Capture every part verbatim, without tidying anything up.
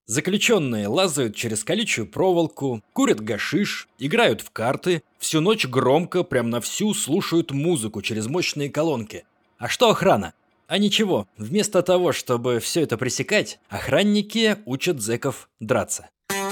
Заключенные лазают через колючую проволоку, курят гашиш, играют в карты, всю ночь громко, прям на всю, слушают музыку через мощные колонки. А что охрана? А ничего, вместо того, чтобы все это пресекать, охранники учат зэков драться.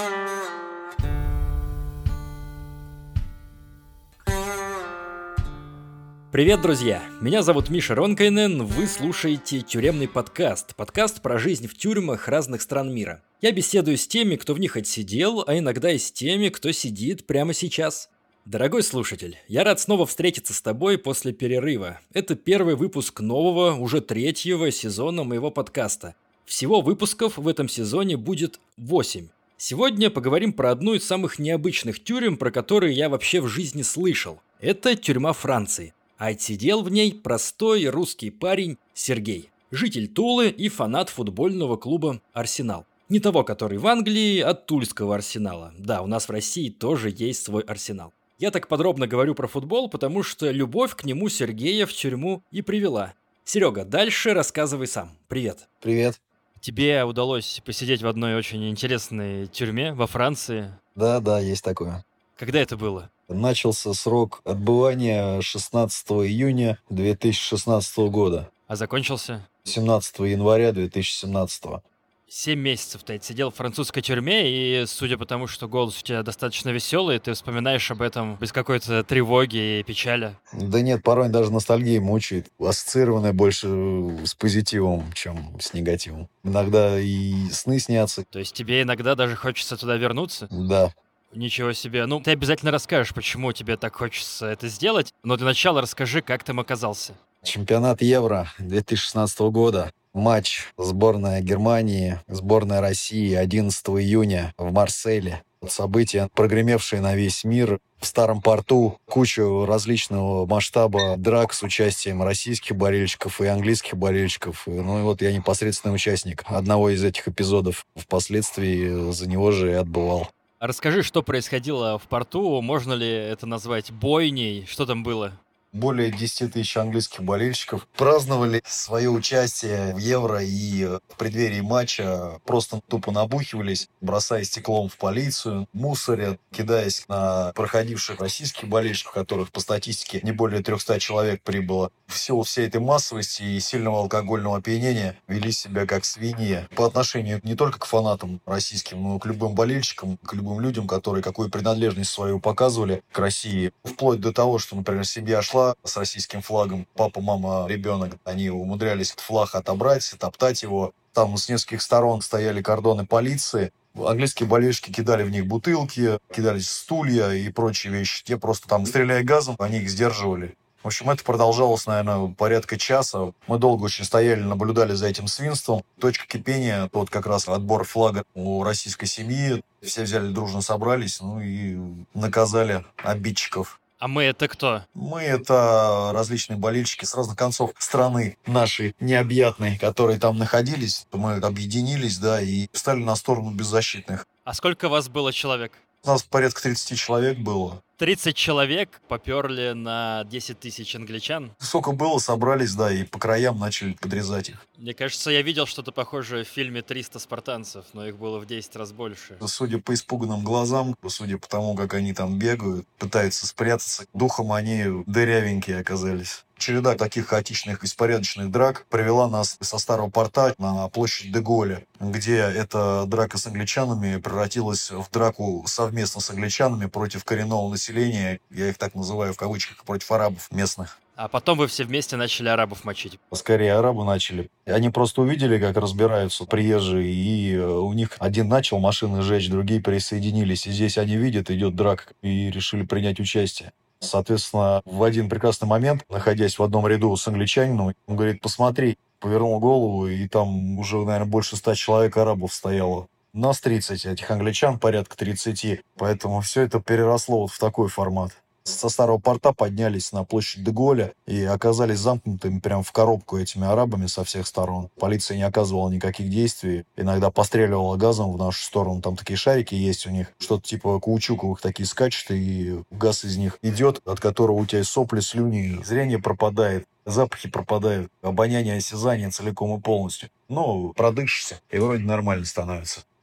Привет, друзья! Меня зовут Миша Ронкайнен, вы слушаете «Тюремный подкаст», подкаст про жизнь в тюрьмах разных стран мира. Я беседую с теми, кто в них отсидел, а иногда и с теми, кто сидит прямо сейчас. Дорогой слушатель, я рад снова встретиться с тобой после перерыва. Это первый выпуск нового, уже третьего сезона моего подкаста. Всего выпусков в этом сезоне будет восемь. Сегодня поговорим про одну из самых необычных тюрем, про которые я вообще в жизни слышал. Это тюрьма Франции. А отсидел в ней простой русский парень Сергей, житель Тулы и фанат футбольного клуба «Арсенал». Не того, который в Англии, а тульского «Арсенала». Да, у нас в России тоже есть свой «Арсенал». Я так подробно говорю про футбол, потому что любовь к нему Сергея в тюрьму и привела. Серега, дальше рассказывай сам. Привет. Привет. Тебе удалось посидеть в одной очень интересной тюрьме во Франции. Да, да, есть такое. Когда это было? Начался срок отбывания шестнадцатого июня две тысячи шестнадцатого года. А закончился? семнадцатого января две тысячи семнадцатого. Семь месяцев ты отсидел в французской тюрьме, и судя по тому, что голос у тебя достаточно веселый, ты вспоминаешь об этом без какой-то тревоги и печали. Да нет, порой даже ностальгия мучает. Ассоциированная больше с позитивом, чем с негативом. Иногда и сны снятся. То есть тебе иногда даже хочется туда вернуться? Да. Ничего себе. Ну, ты обязательно расскажешь, почему тебе так хочется это сделать, но для начала расскажи, как там оказался. Чемпионат Евро две тысячи шестнадцатого года. Матч сборная Германии, сборная России одиннадцатого июня в Марселе. События, прогремевшие на весь мир. В Старом порту кучу различного масштаба драк с участием российских болельщиков и английских болельщиков. Ну и вот я непосредственный участник одного из этих эпизодов. Впоследствии за него же и отбывал. Расскажи, что происходило в порту, можно ли это назвать бойней, что там было? Более десяти тысяч английских болельщиков праздновали свое участие в Евро и в преддверии матча просто тупо набухивались, бросая стеклом в полицию, мусорят, кидаясь на проходивших российских болельщиков, которых по статистике не более трехсот человек прибыло. В силу всей этой массовости и сильного алкогольного опьянения вели себя как свиньи по отношению не только к фанатам российским, но и к любым болельщикам, к любым людям, которые какую принадлежность свою показывали к России. Вплоть до того, что, например, семья шла с российским флагом, папа, мама, ребенок, они умудрялись этот флаг отобрать, топтать его. Там с нескольких сторон стояли кордоны полиции. Английские болельщики кидали в них бутылки, кидались стулья и прочие вещи. Те просто там, стреляя газом, они их сдерживали. В общем, это продолжалось, наверное, порядка часа. Мы долго очень стояли, наблюдали за этим свинством. Точка кипения, вот как раз отбор флага у российской семьи. Все взяли, дружно собрались, ну и наказали обидчиков. А мы это кто? Мы — это различные болельщики с разных концов страны нашей необъятной, которые там находились. Мы объединились, да, и встали на сторону беззащитных. А сколько вас было человек? У нас порядка тридцати человек было. тридцать человек поперли на десять тысяч англичан? Сколько было, собрались, да, и по краям начали подрезать их. Мне кажется, я видел что-то похожее в фильме «триста спартанцев», но их было в десять раз больше. Судя по испуганным глазам, судя по тому, как они там бегают, пытаются спрятаться, духом они дырявенькие оказались. Череда таких хаотичных, беспорядочных драк привела нас со Старого порта на площадь Де-Голля, где эта драка с англичанами превратилась в драку совместно с англичанами против коренного населения, я их так называю в кавычках, против арабов местных. А потом вы все вместе начали арабов мочить. Скорее арабы начали. Они просто увидели, как разбираются приезжие, и у них один начал машины жечь, другие присоединились. И здесь они видят, идет драка, и решили принять участие. Соответственно, в один прекрасный момент, находясь в одном ряду с англичанином, он говорит: посмотри, повернул голову, и там уже, наверное, больше ста человек арабов стояло. Нас тридцать, этих англичан порядка тридцати, поэтому все это переросло вот в такой формат. Со Старого порта поднялись на площадь Де-Голля и оказались замкнутыми прямо в коробку этими арабами со всех сторон. Полиция не оказывала никаких действий, иногда постреливала газом в нашу сторону. Там такие шарики есть у них, что-то типа каучуковых такие скачут, и газ из них идет, от которого у тебя сопли, слюни, зрение пропадает, запахи пропадают, обоняние, осязание целиком и полностью. Ну, продышишься, и вроде нормально становится.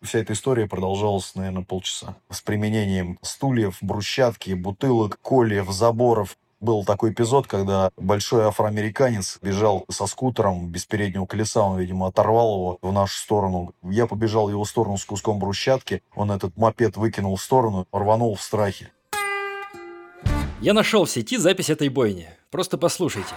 Вся эта история продолжалась, наверное, полчаса. С применением стульев, брусчатки, бутылок, кольев, заборов. Был такой эпизод, когда большой афроамериканец бежал со скутером без переднего колеса, он, видимо, оторвал его в нашу сторону. Я побежал в его сторону с куском брусчатки, он этот мопед выкинул в сторону, рванул в страхе. Я нашел в сети запись этой бойни. Просто послушайте.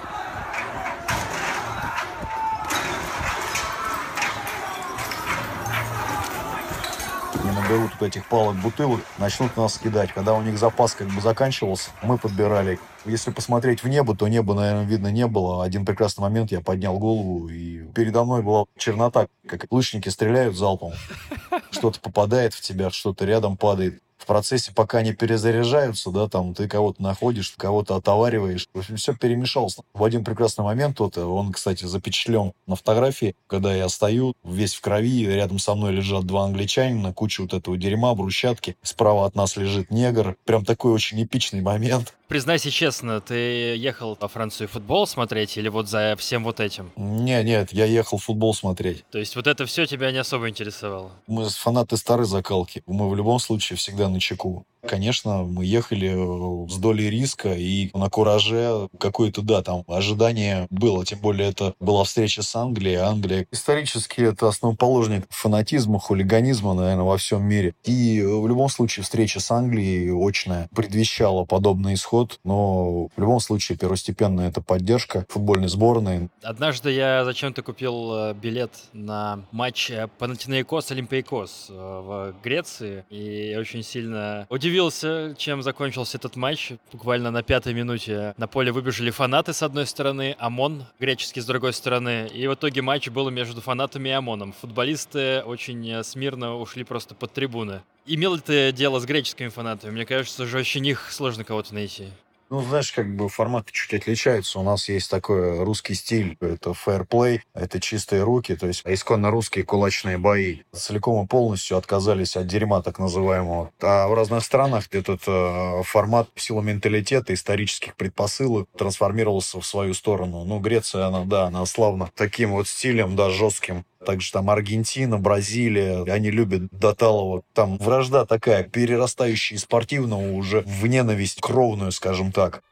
Не наберут вот этих палок, бутылок, начнут нас кидать. Когда у них запас как бы заканчивался, мы подбирали. Если посмотреть в небо, то неба, наверное, видно не было. Один прекрасный момент я поднял голову, и передо мной была чернота, как лучники стреляют залпом. Что-то попадает в тебя, что-то рядом падает. В процессе, пока они перезаряжаются, да, там ты кого-то находишь, кого-то отовариваешь. В общем, все перемешалось. В один прекрасный момент, вот, он, кстати, запечатлен на фотографии, когда я стою, весь в крови, рядом со мной лежат два англичанина, куча вот этого дерьма, брусчатки. Справа от нас лежит негр. Прям такой очень эпичный момент. Признайся честно, ты ехал во Францию футбол смотреть или вот за всем вот этим? Не, нет, я ехал футбол смотреть. То есть вот это все тебя не особо интересовало? Мы фанаты старой закалки. Мы в любом случае всегда начеку. Конечно, мы ехали с долей риска и на кураже какое-то, да, там ожидание было. Тем более это была встреча с Англией. Англия исторически это основоположник фанатизма, хулиганизма, наверное, во всем мире. И в любом случае встреча с Англией очная предвещала подобный исход. Но в любом случае первостепенная это поддержка футбольной сборной. Однажды я зачем-то купил билет на матч Панатинаикос-Олимпиакос в Греции и очень сильно удивился, чем закончился этот матч. Буквально на пятой минуте на поле выбежали фанаты с одной стороны, ОМОН греческий с другой стороны. И в итоге матч был между фанатами и ОМОНом. Футболисты очень смирно ушли просто под трибуны. Имел ли ты дело с греческими фанатами? Мне кажется, жестче них сложно кого-то найти. Ну, знаешь, как бы форматы чуть отличаются. У нас есть такой русский стиль. Это фэрплей, это чистые руки, то есть исконно русские кулачные бои. Целиком и полностью отказались от дерьма так называемого. А в разных странах этот э, формат в силу менталитета, исторических предпосылок трансформировался в свою сторону. Ну, Греция, она, да, она славна таким вот стилем, да, жестким. Также там Аргентина, Бразилия, они любят до талого. Там вражда такая, перерастающая из спортивного уже в ненависть кровную, скажем так.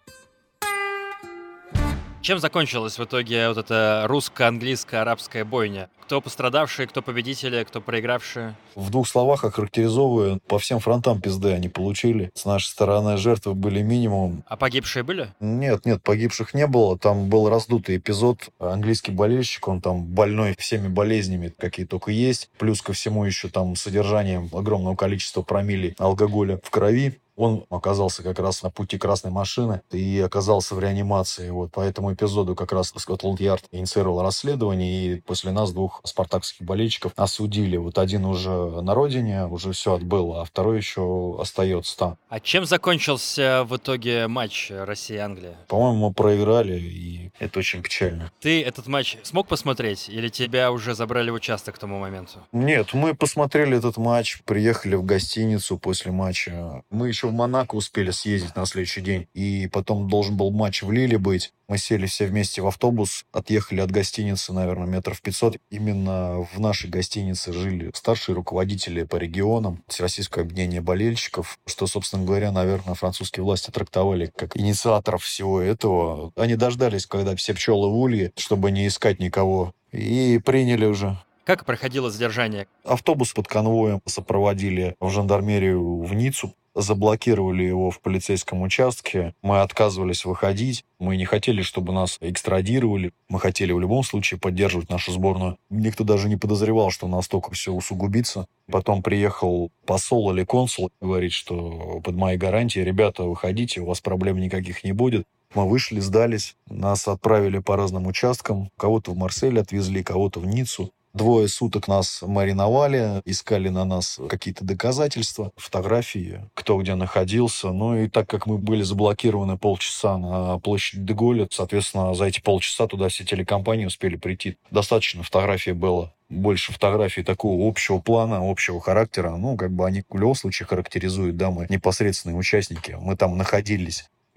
Чем закончилась в итоге вот эта русско-английско-арабская бойня? Кто пострадавшие, кто победители, кто проигравшие? В двух словах охарактеризовываю, по всем фронтам пизды они получили. С нашей стороны жертвы были минимум. А погибшие были? Нет, нет, погибших не было. Там был раздутый эпизод. Английский болельщик, он там больной всеми болезнями, какие только есть. Плюс ко всему еще там содержанием огромного количества промилле алкоголя в крови. Он оказался как раз на пути красной машины и оказался в реанимации. Вот по этому эпизоду как раз Скотланд-Ярд инициировал расследование, и после нас двух спартакских болельщиков осудили. Вот один уже на родине, уже все отбыл, а второй еще остается там. А чем закончился в итоге матч Россия-Англия? По-моему, мы проиграли, и это очень печально. Ты этот матч смог посмотреть, или тебя уже забрали в участок к тому моменту? Нет, мы посмотрели этот матч, приехали в гостиницу после матча. Мы еще в Монако успели съездить на следующий день. И потом должен был матч в Лиле быть. Мы сели все вместе в автобус, отъехали от гостиницы, наверное, метров пятьсот. Именно в нашей гостинице жили старшие руководители по регионам, Всероссийское объединение болельщиков, что, собственно говоря, наверное, французские власти трактовали как инициаторов всего этого. Они дождались, когда все пчелы в улье, чтобы не искать никого, и приняли уже. Как проходило задержание? Автобус под конвоем сопроводили в жандармерию в Ниццу, заблокировали его в полицейском участке. Мы отказывались выходить. Мы не хотели, чтобы нас экстрадировали. Мы хотели в любом случае поддерживать нашу сборную. Никто даже не подозревал, что настолько все усугубится. Потом приехал посол или консул, говорит, что под моей гарантией, ребята, выходите, у вас проблем никаких не будет. Мы вышли, сдались, нас отправили по разным участкам. Кого-то в Марсель отвезли, кого-то в Ниццу. Двое суток нас мариновали, искали на нас какие-то доказательства, фотографии, кто где находился. Ну и так как мы были заблокированы полчаса на площади Де-Голля, соответственно, за эти полчаса туда все телекомпании успели прийти. Достаточно фотографий было. Больше фотографий такого общего плана, общего характера. Ну, как бы они в любом случае характеризуют, да, мы непосредственные участники. Мы там находились.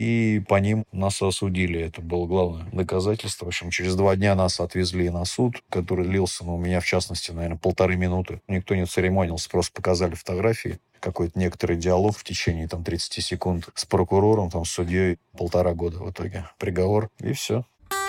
и по ним нас осудили. Это было главное доказательство. В общем, через два дня нас отвезли на суд, который длился, ну, у меня, в частности, наверное, полторы минуты. Никто не церемонился, просто показали фотографии. Какой-то некоторый диалог в течение там тридцати секунд с прокурором, там, с судьей. Полтора года в итоге. Приговор. И все.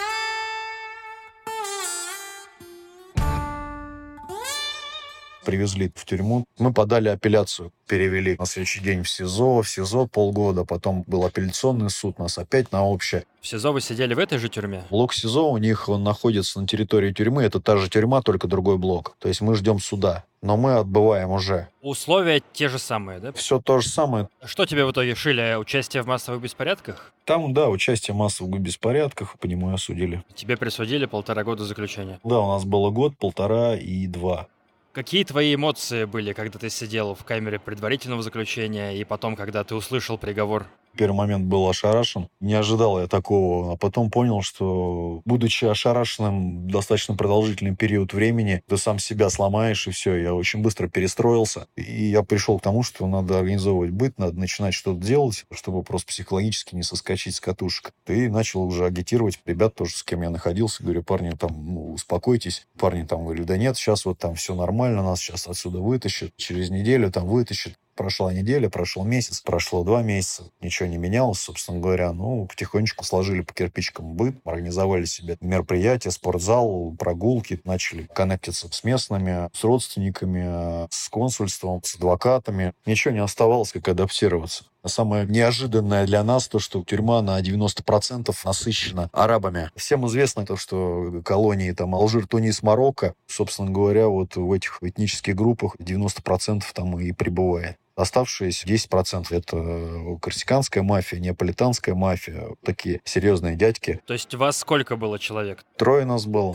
Привезли в тюрьму. Мы подали апелляцию. Перевели на следующий день в СИЗО. В СИЗО полгода. Потом был апелляционный суд. Нас опять на общее. В СИЗО вы сидели в этой же тюрьме? Блок СИЗО у них, он находится на территории тюрьмы. Это та же тюрьма, только другой блок. То есть мы ждем суда. Но мы отбываем уже. Условия те же самые, да? Все то же самое. Что тебе в итоге шили? Участие в массовых беспорядках? Там, да, участие в массовых беспорядках, по нему и осудили. Тебе присудили полтора года заключения? Да, у нас было год, полтора и два. Какие твои эмоции были, когда ты сидел в камере предварительного заключения и потом, когда ты услышал приговор? Первый момент был ошарашен. Не ожидал я такого. А потом понял, что, будучи ошарашенным достаточно продолжительный период времени, ты сам себя сломаешь, и все. Я очень быстро перестроился. И я пришел к тому, что надо организовывать быт, надо начинать что-то делать, чтобы просто психологически не соскочить с катушек. И начал уже агитировать ребят тоже, с кем я находился. Говорю, парни, там, ну, успокойтесь. Парни там говорили, да нет, сейчас вот там все нормально, нас сейчас отсюда вытащат. Через неделю там вытащат. Прошла неделя, прошел месяц, прошло два месяца. Ничего не менялось, собственно говоря. Ну, потихонечку сложили по кирпичикам быт, организовали себе мероприятия, спортзал, прогулки, начали коннектиться с местными, с родственниками, с консульством, с адвокатами. Ничего не оставалось, как адаптироваться. Самое неожиданное для нас то, что тюрьма на девяносто процентов насыщена арабами. Всем известно то, что колонии там Алжир, Тунис, Марокко, собственно говоря, вот в этих этнических группах девяносто процентов там и пребывает. Оставшиеся десять процентов это корсиканская мафия, неаполитанская мафия, такие серьезные дядьки. То есть вас сколько было человек? Трое нас было.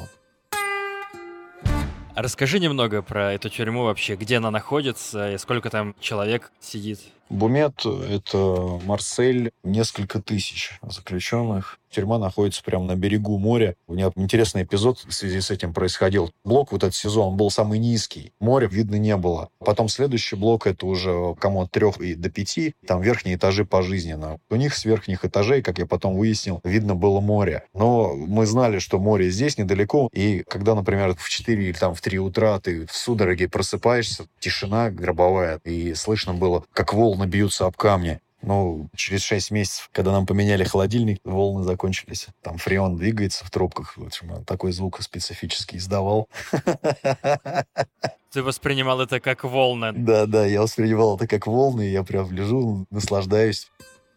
Расскажи немного про эту тюрьму вообще, где она находится и сколько там человек сидит. Бумет — это Марсель, несколько тысяч заключенных. Тюрьма находится прямо на берегу моря. У меня интересный эпизод в связи с этим происходил. Блок, вот этот сезон, был самый низкий. Моря видно не было. Потом следующий блок — это уже кому от трех и до пяти. Там верхние этажи пожизненно. У них с верхних этажей, как я потом выяснил, видно было море. Но мы знали, что море здесь недалеко. И когда, например, в четыре или там в три утра ты в судороге просыпаешься, тишина гробовая, и слышно было, как волны бьются об камни. Ну, через шесть месяцев, когда нам поменяли холодильник, волны закончились. Там фреон двигается в трубках. В общем, такой звук специфический издавал. Ты воспринимал это как волны? Да, да, я воспринимал это как волны, и я прям лежу, наслаждаюсь.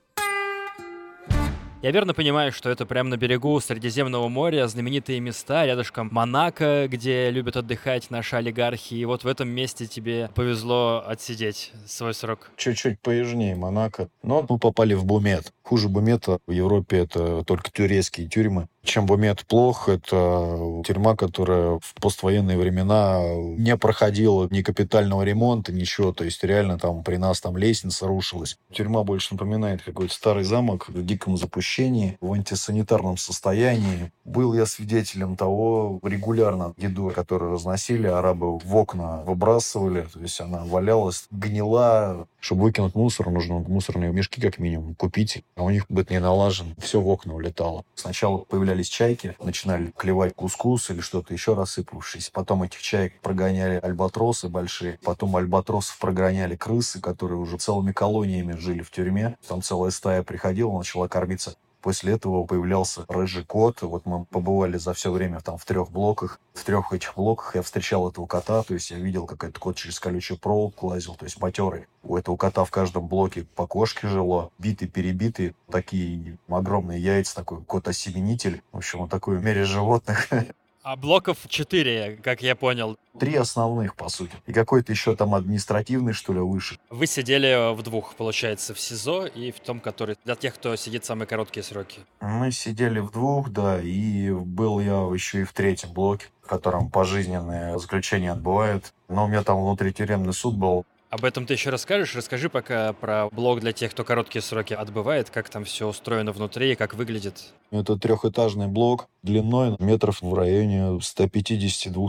Я верно понимаю, что это прямо на берегу Средиземного моря, знаменитые места, рядышком Монако, где любят отдыхать наши олигархи, и вот в этом месте тебе повезло отсидеть свой срок. Чуть-чуть поюжнее Монако. Но мы попали в Бумет. Хуже Бумета в Европе это только турецкие тюрьмы. Чем Бумет плох, это тюрьма, которая в поствоенные времена не проходила ни капитального ремонта, ничего. То есть реально там при нас там лестница рушилась. Тюрьма больше напоминает какой-то старый замок в диком запущении, в антисанитарном состоянии. Был я свидетелем того, регулярно еду, которую разносили, арабы в окна выбрасывали. То есть она валялась, гнила. Чтобы выкинуть мусор, нужно мусорные мешки как минимум купить. А у них быт не налажен. Все в окна улетало. Сначала появлялись чайки, начинали клевать кускус или что-то еще рассыпавшись. Потом этих чаек прогоняли альбатросы большие. Потом альбатросов прогоняли крысы, которые уже целыми колониями жили в тюрьме. Там целая стая приходила, начала кормиться. После этого появлялся рыжий кот. Вот мы побывали за все время там в трех блоках. В трех этих блоках я встречал этого кота. То есть я видел, как этот кот через колючую проволоку лазил. То есть матерый. У этого кота в каждом блоке по кошке жило. Битый, перебитый. Такие огромные яйца. Такой кот-осеменитель. В общем, он такой в мире животных. А блоков четыре, как я понял. Три основных, по сути. И какой-то еще там административный, что ли, выше. Вы сидели в двух, получается, в СИЗО и в том, который для тех, кто сидит самые короткие сроки. Мы сидели в двух, да, и был я еще и в третьем блоке, в котором пожизненное заключение отбывают. Но у меня там внутритюремный суд был. Об этом ты еще расскажешь? Расскажи пока про блок для тех, кто короткие сроки отбывает, как там все устроено внутри и как выглядит. Это трехэтажный блок длиной метров в районе сто пятьдесят - двести.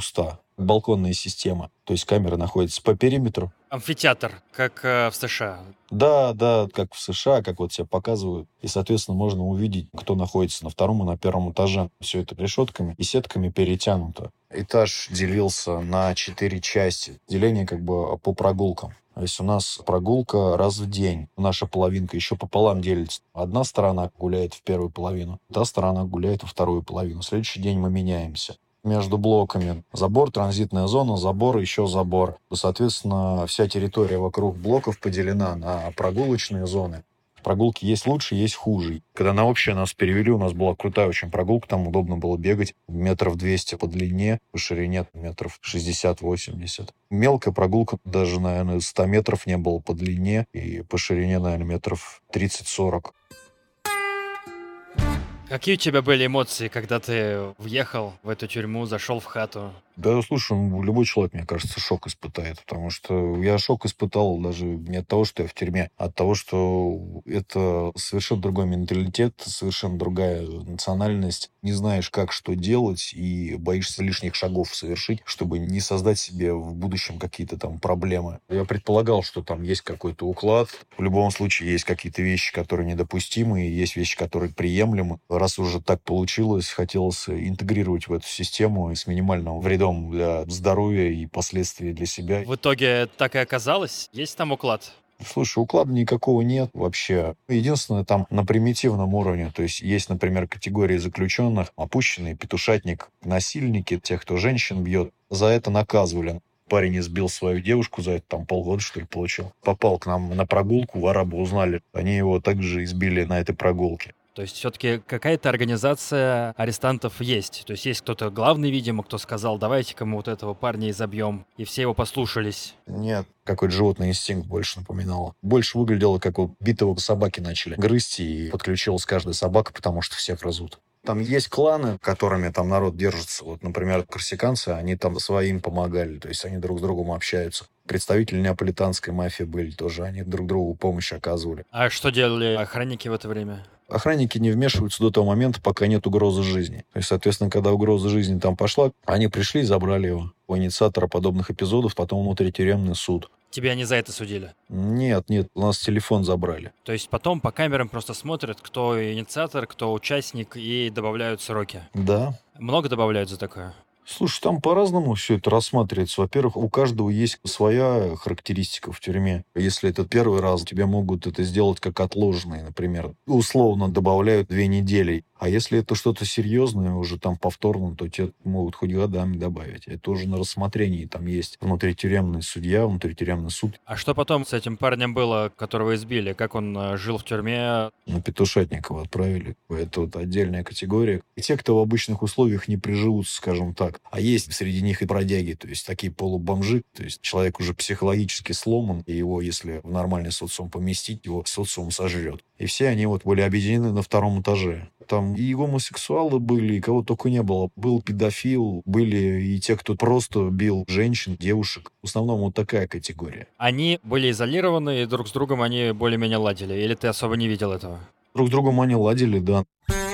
Балконная система. То есть камера находится по периметру. Амфитеатр, как э, в США. Да, да, как в США, как вот себя показывают. И, соответственно, можно увидеть, кто находится на втором и на первом этаже. Все это решетками и сетками перетянуто. Этаж делился на четыре части. Деление как бы по прогулкам. То есть у нас прогулка раз в день. Наша половинка еще пополам делится. Одна сторона гуляет в первую половину, та сторона гуляет во вторую половину. В следующий день мы меняемся. Между блоками забор, транзитная зона, забор, еще забор. Соответственно, вся территория вокруг блоков поделена на прогулочные зоны. Прогулки есть лучше, есть хуже. Когда на общее нас перевели, у нас была крутая очень прогулка, там удобно было бегать метров двести по длине, по ширине метров шестьдесят-восемьдесят. Мелкая прогулка даже, наверное, сто метров не было по длине и по ширине, наверное, метров тридцать-сорок. Какие у тебя были эмоции, когда ты въехал в эту тюрьму, зашел в хату? Да, слушай, ну, любой человек, мне кажется, шок испытает, потому что я шок испытал даже не от того, что я в тюрьме, а от того, что это совершенно другой менталитет, совершенно другая национальность. Не знаешь, как что делать, и боишься лишних шагов совершить, чтобы не создать себе в будущем какие-то там проблемы. Я предполагал, что там есть какой-то уклад. В любом случае есть какие-то вещи, которые недопустимы, и есть вещи, которые приемлемы. Раз уже так получилось, хотелось интегрировать в эту систему и с минимальным вредом для здоровья и последствий для себя. В итоге так и оказалось? Есть там уклад? Слушай, уклада никакого нет вообще. Единственное, там на примитивном уровне. То есть есть, например, категории заключенных: опущенный, петушатник, насильники, тех, кто женщин бьет. За это наказывали. Парень избил свою девушку, за это там полгода, что ли, получил. Попал к нам на прогулку, арабы узнали. Они его также избили на этой прогулке. То есть все-таки какая-то организация арестантов есть. То есть есть кто-то главный, видимо, кто сказал: давайте-ка мы вот этого парня изобьем. И все его послушались. Нет, какой-то животный инстинкт больше напоминало. Больше выглядело, как вот битого собаки начали грызть, и подключилась каждая собака, потому что всех разут. Там есть кланы, которыми там народ держится. Вот, например, корсиканцы, они там своим помогали, то есть они друг с другом общаются. Представители неаполитанской мафии были тоже, они друг другу помощь оказывали. А что делали охранники в это время? Охранники не вмешиваются до того момента, пока нет угрозы жизни. То есть, соответственно, когда угроза жизни там пошла, они пришли и забрали его. У инициатора подобных эпизодов потом внутритюремный суд. Тебя не за это судили? Нет, нет, у нас телефон забрали. То есть потом по камерам просто смотрят, кто инициатор, кто участник, и добавляют сроки? Да. Много добавляют за такое? Слушай, там по-разному все это рассматривается. Во-первых, у каждого есть своя характеристика в тюрьме. Если это первый раз, тебе могут это сделать как отложенное, например. Условно добавляют две недели. А если это что-то серьезное, уже там повторно, то тебе могут хоть годами добавить. Это уже на рассмотрении. Там есть внутритюремный судья, внутритюремный суд. А что потом с этим парнем было, которого избили? Как он э, жил в тюрьме? На Петушатникова отправили. Это вот отдельная категория. И те, кто в обычных условиях не приживутся, скажем так. А есть среди них и бродяги, то есть такие полубомжи. То есть человек уже психологически сломан, и его, если в нормальный социум поместить, его социум сожрет. И все они вот были объединены на втором этаже. Там и гомосексуалы были, и кого только не было. Был педофил, были и те, кто просто бил женщин, девушек. В основном вот такая категория. Они были изолированы, и друг с другом они более-менее ладили? Или ты особо не видел этого? Друг с другом они ладили, да.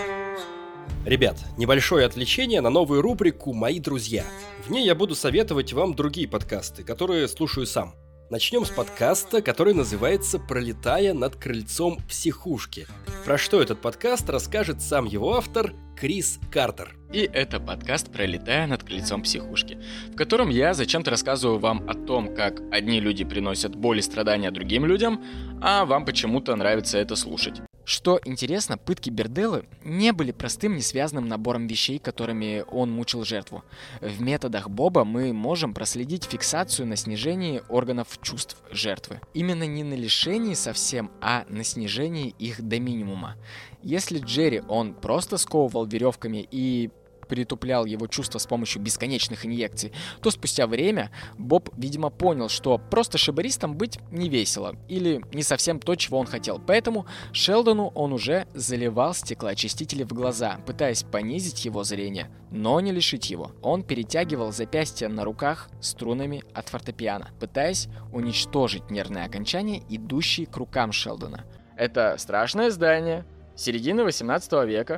Ребят, небольшое отвлечение на новую рубрику «Мои друзья». В ней я буду советовать вам другие подкасты, которые слушаю сам. Начнем с подкаста, который называется «Пролетая над крыльцом психушки». Про что этот подкаст расскажет сам его автор Крис Картер. И это подкаст «Пролетая над крыльцом психушки», в котором я зачем-то рассказываю вам о том, как одни люди приносят боль и страдания другим людям, а вам почему-то нравится это слушать. Что интересно, пытки Берделлы не были простым несвязанным набором вещей, которыми он мучил жертву. В методах Боба мы можем проследить фиксацию на снижении органов чувств жертвы. Именно не на лишении совсем, а на снижении их до минимума. Если Джерри он просто сковывал веревками и притуплял его чувства с помощью бесконечных инъекций, то спустя время Боб, видимо, понял, что просто шибаристом быть не весело, или не совсем то, чего он хотел. Поэтому Шелдону он уже заливал стеклоочистители в глаза, пытаясь понизить его зрение, но не лишить его. Он перетягивал запястья на руках струнами от фортепиано, пытаясь уничтожить нервные окончания, идущие к рукам Шелдона. Это страшное здание середины восемнадцатого века, в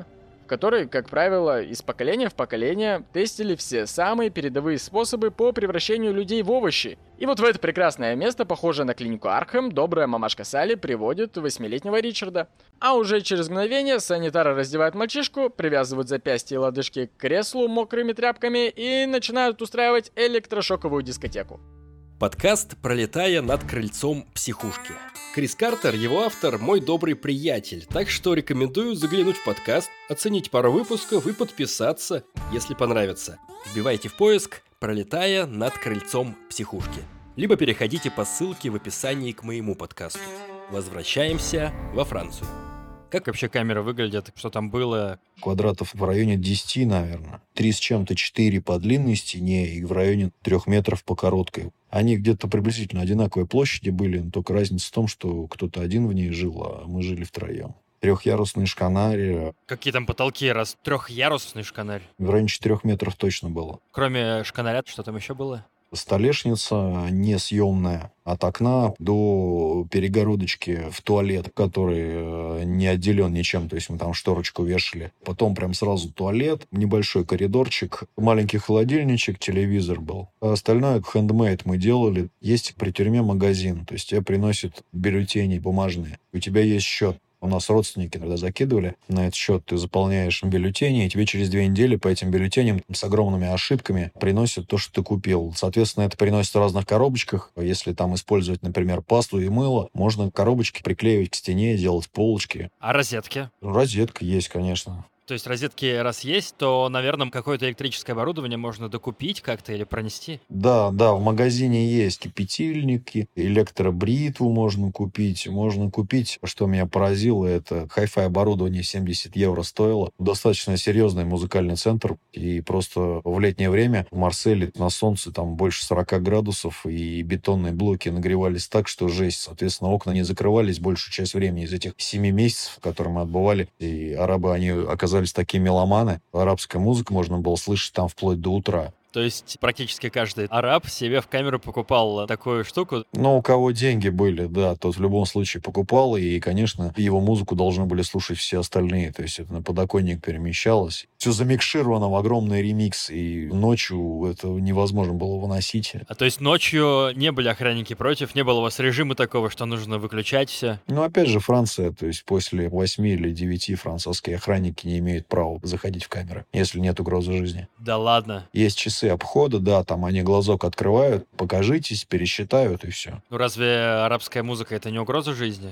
которые, как правило, из поколения в поколение тестили все самые передовые способы по превращению людей в овощи. И вот в это прекрасное место, похожее на клинику Аркхэм, добрая мамашка Салли приводит восьмилетнего Ричарда. А уже через мгновение санитары раздевают мальчишку, привязывают запястья и лодыжки к креслу мокрыми тряпками и начинают устраивать электрошоковую дискотеку. Подкаст «Пролетая над крыльцом психушки». Крис Картер, его автор, мой добрый приятель, так что рекомендую заглянуть в подкаст, оценить пару выпусков и подписаться, если понравится. Вбивайте в поиск «Пролетая над крыльцом психушки». Либо переходите по ссылке в описании к моему подкасту. Возвращаемся во Францию. Как вообще камеры выглядят? Что там было? Квадратов в районе десять, наверное. Три с чем-то, четыре по длинной стене и в районе трех метров по короткой. Они где-то приблизительно одинаковой площади были, но только разница в том, что кто-то один в ней жил, а мы жили втроем. Трехъярусный шканарь. Какие там потолки? Раз трехъярусный шканарь. В районе четырех метров точно было. Кроме шканаря, что там еще было? Столешница несъемная от окна до перегородочки в туалет, который не отделен ничем, то есть мы там шторочку вешали. Потом прям сразу туалет, небольшой коридорчик, маленький холодильничек, телевизор был. А остальное хендмейд мы делали. Есть при тюрьме магазин, то есть тебе приносят бюллетени бумажные. У тебя есть счет. У нас родственники иногда закидывали на этот счет. Ты заполняешь бюллетени, и тебе через две недели по этим бюллетеням с огромными ошибками приносят то, что ты купил. Соответственно, это приносят в разных коробочках. Если там использовать, например, пасту и мыло, можно коробочки приклеивать к стене, делать полочки. А розетки? Розетка есть, конечно. То есть розетки раз есть, то, наверное, какое-то электрическое оборудование можно докупить как-то или пронести? Да, да, в магазине есть кипятильники, электробритву можно купить. Можно купить, что меня поразило, это хай-фай оборудование семьдесят евро стоило. Достаточно серьезный музыкальный центр. И просто в летнее время в Марселе на солнце там больше сорок градусов, и бетонные блоки нагревались так, что жесть. Соответственно, окна не закрывались большую часть времени из этих семи месяцев, которые мы отбывали. И арабы, они оказались такие меломаны. Арабская музыка можно было слышать там вплоть до утра. То есть практически каждый араб себе в камеру покупал такую штуку? Ну, у кого деньги были, да, тот в любом случае покупал, и, конечно, его музыку должны были слушать все остальные. То есть это на подоконник перемещалось. Все замикшировано в огромный ремикс, и ночью это невозможно было выносить. А то есть ночью не были охранники против, не было у вас режима такого, что нужно выключать все? Ну, опять же, Франция, то есть после восьми или девяти французские охранники не имеют права заходить в камеры, если нет угрозы жизни. Да ладно? Есть часы обхода, да, там они глазок открывают, покажитесь, пересчитают и все. Ну разве арабская музыка это не угроза жизни?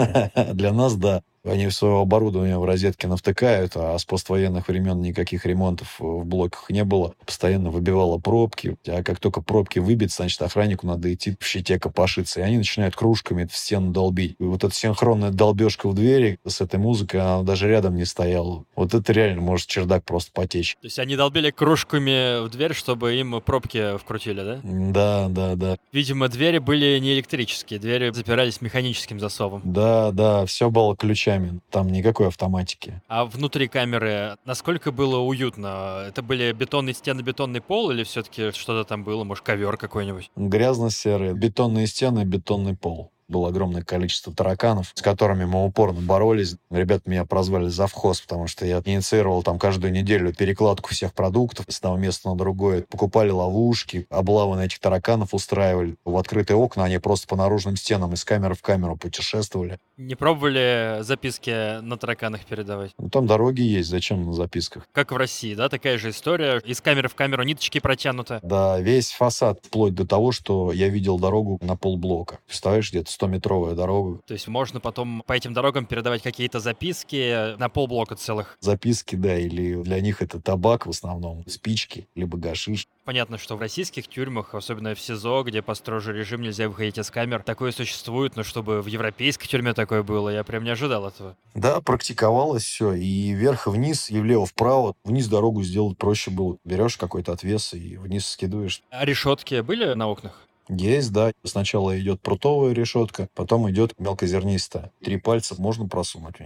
Для нас, да. Они свое оборудование в розетки навтыкают, а с поствоенных времен никаких ремонтов в блоках не было. Постоянно выбивало пробки. А как только пробки выбить, значит, охраннику надо идти в щите копошиться. И они начинают кружками в стену долбить. И вот эта синхронная долбежка в двери с этой музыкой, она даже рядом не стояла. Вот это реально может чердак просто потечь. То есть они долбили кружками в дверь, чтобы им пробки вкрутили, да? Да, да, да. Видимо, двери были не электрические, двери запирались механическим засовом. Да, да, все было ключами. Там никакой автоматики. А внутри камеры насколько было уютно? Это были бетонные стены, бетонный пол или все-таки что-то там было? Может, ковер какой-нибудь? Грязно-серые, бетонные стены, бетонный пол. Было огромное количество тараканов, с которыми мы упорно боролись. Ребята меня прозвали завхоз, потому что я инициировал там каждую неделю перекладку всех продуктов с одного места на другое. Покупали ловушки, облавы на этих тараканов устраивали. В открытые окна они просто по наружным стенам из камеры в камеру путешествовали. Не пробовали записки на тараканах передавать? Ну, там дороги есть, зачем на записках? Как в России, да? Такая же история. Из камеры в камеру ниточки протянуты. Да, весь фасад, вплоть до того, что я видел дорогу на полблока. Представляешь, где-то стометровая дорога. То есть можно потом по этим дорогам передавать какие-то записки на полблока целых. Записки, да, или для них это табак в основном, спички, либо гашиш. Понятно, что в российских тюрьмах, особенно в СИЗО, где построже режим, нельзя выходить из камер, такое существует, но чтобы в европейской тюрьме такое было, я прям не ожидал этого. Да, практиковалось все. И вверх и вниз, и влево-вправо. Вниз дорогу сделать проще было. Берешь какой-то отвес и вниз скидываешь. А решетки были на окнах? Есть, да. Сначала идет прутовая решетка, потом идет мелкозернистая. Три пальца можно просунуть в нее.